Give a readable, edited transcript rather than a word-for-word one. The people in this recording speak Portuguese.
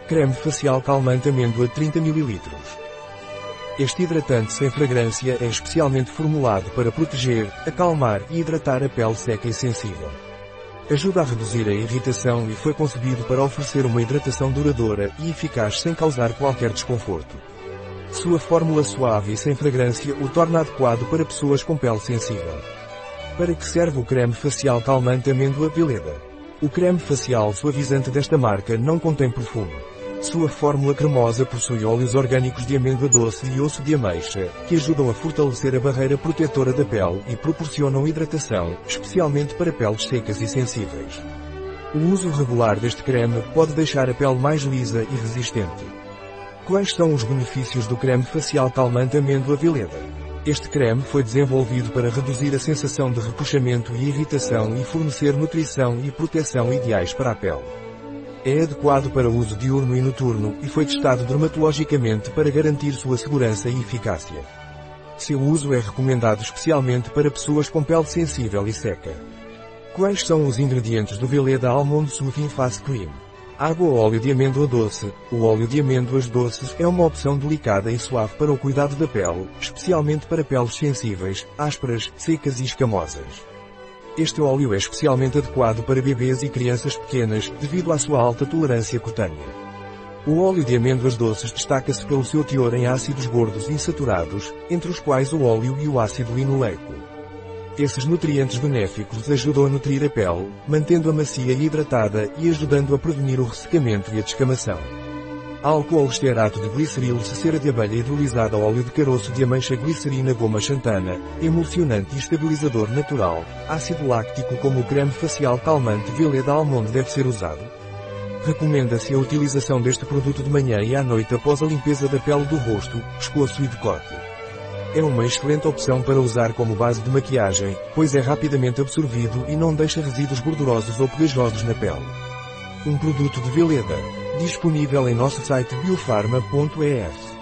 Creme facial calmante amêndoa 30 ml. Este hidratante sem fragrância é especialmente formulado para proteger, acalmar e hidratar a pele seca e sensível. Ajuda a reduzir a irritação e foi concebido para oferecer uma hidratação duradoura e eficaz sem causar qualquer desconforto. Sua fórmula suave e sem fragrância o torna adequado para pessoas com pele sensível. Para que serve o creme facial calmante amêndoa Veleda? O creme facial suavizante desta marca não contém perfume. Sua fórmula cremosa possui óleos orgânicos de amêndoa doce e osso de ameixa, que ajudam a fortalecer a barreira protetora da pele e proporcionam hidratação, especialmente para peles secas e sensíveis. O uso regular deste creme pode deixar a pele mais lisa e resistente. Quais são os benefícios do creme facial calmante amêndoa Veleda? Este creme foi desenvolvido para reduzir a sensação de repuxamento e irritação e fornecer nutrição e proteção ideais para a pele. É adequado para uso diurno e noturno e foi testado dermatologicamente para garantir sua segurança e eficácia. Seu uso é recomendado especialmente para pessoas com pele sensível e seca. Quais são os ingredientes do Veleda Almond Soothing Face Cream? Água ou óleo de amêndoa doce. O óleo de amêndoas doces é uma opção delicada e suave para o cuidado da pele, especialmente para peles sensíveis, ásperas, secas e escamosas. Este óleo é especialmente adequado para bebês e crianças pequenas, devido à sua alta tolerância cutânea. O óleo de amêndoas doces destaca-se pelo seu teor em ácidos gordos insaturados, entre os quais o óleo e o ácido linoleico. Esses nutrientes benéficos ajudam a nutrir a pele, mantendo-a macia e hidratada e ajudando a prevenir o ressecamento e a descamação. Álcool estearato de gliceril, cera de abelha hidrolisada, óleo de caroço de ameixa, glicerina, goma xantana, emulsionante e estabilizador natural, ácido láctico. Como o creme facial calmante Veleda Almond deve ser usado? Recomenda-se a utilização deste produto de manhã e à noite após a limpeza da pele do rosto, pescoço e decote. É uma excelente opção para usar como base de maquiagem, pois é rapidamente absorvido e não deixa resíduos gordurosos ou pegajosos na pele. Um produto de Veleda, disponível em nosso site biofarma.es.